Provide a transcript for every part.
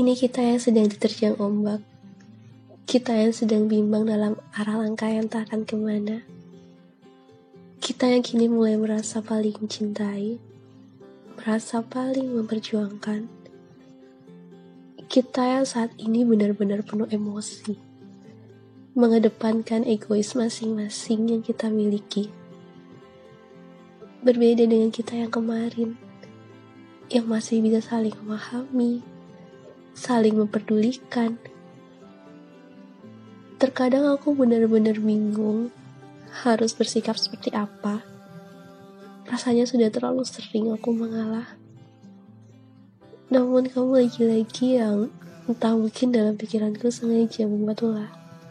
Ini kita yang sedang diterjang ombak. Kita yang sedang bimbang dalam arah langkah yang tak akan kemana. Kita yang kini mulai merasa paling mencintai, merasa paling memperjuangkan. Kita yang saat ini benar-benar penuh emosi, mengedepankan egois masing-masing yang kita miliki. Berbeda dengan kita yang kemarin, yang masih bisa saling memahami, saling memperdulikan. Terkadang aku benar-benar bingung harus bersikap seperti apa. Rasanya sudah terlalu sering aku mengalah. Namun kamu lagi-lagi yang entah mungkin dalam pikiranku sengaja membuat ulah.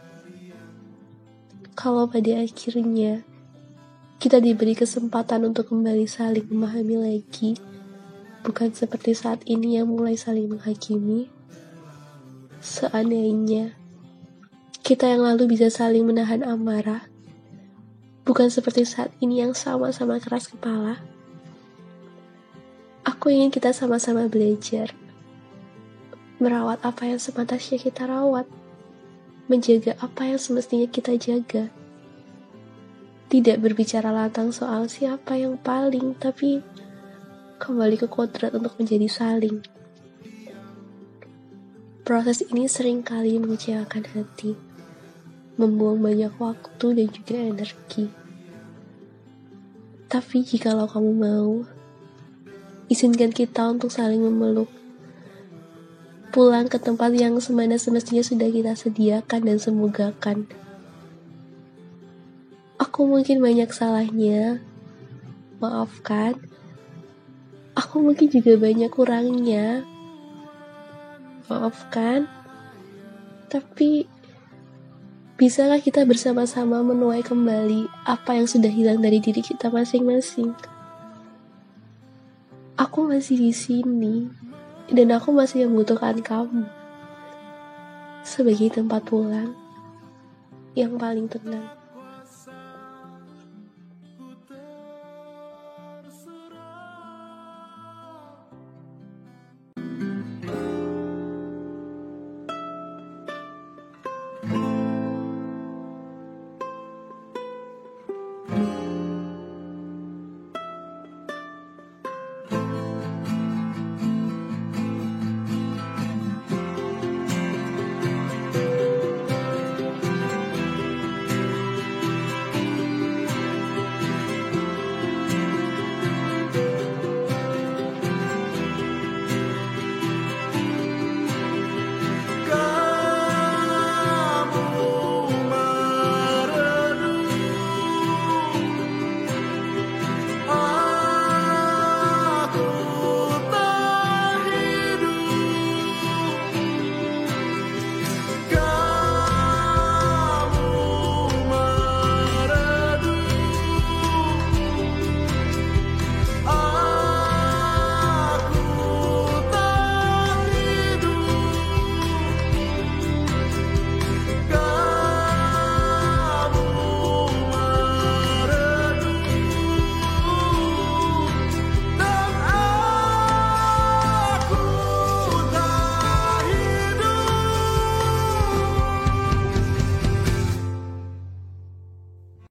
Kalau pada akhirnya kita diberi kesempatan untuk kembali saling memahami lagi, bukan seperti saat ini yang mulai saling menghakimi. Seandainya kita yang lalu bisa saling menahan amarah, bukan seperti saat ini yang sama-sama keras kepala. Aku ingin kita sama-sama belajar merawat apa yang sepantasnya kita rawat, menjaga apa yang semestinya kita jaga. Tidak berbicara lantang soal siapa yang paling, tapi kembali ke kodrat untuk menjadi saling. Proses ini seringkali mengecewakan hati, membuang banyak waktu dan juga energi. Tapi jikalau kamu mau, izinkan kita untuk saling memeluk, pulang ke tempat yang semestinya sudah kita sediakan dan semogakan. Aku mungkin banyak salahnya, maafkan. Aku mungkin juga banyak kurangnya, maafkan. Tapi bisakah kita bersama-sama menuai kembali apa yang sudah hilang dari diri kita masing-masing? Aku masih di sini, dan aku masih membutuhkan kamu sebagai tempat pulang yang paling tenang.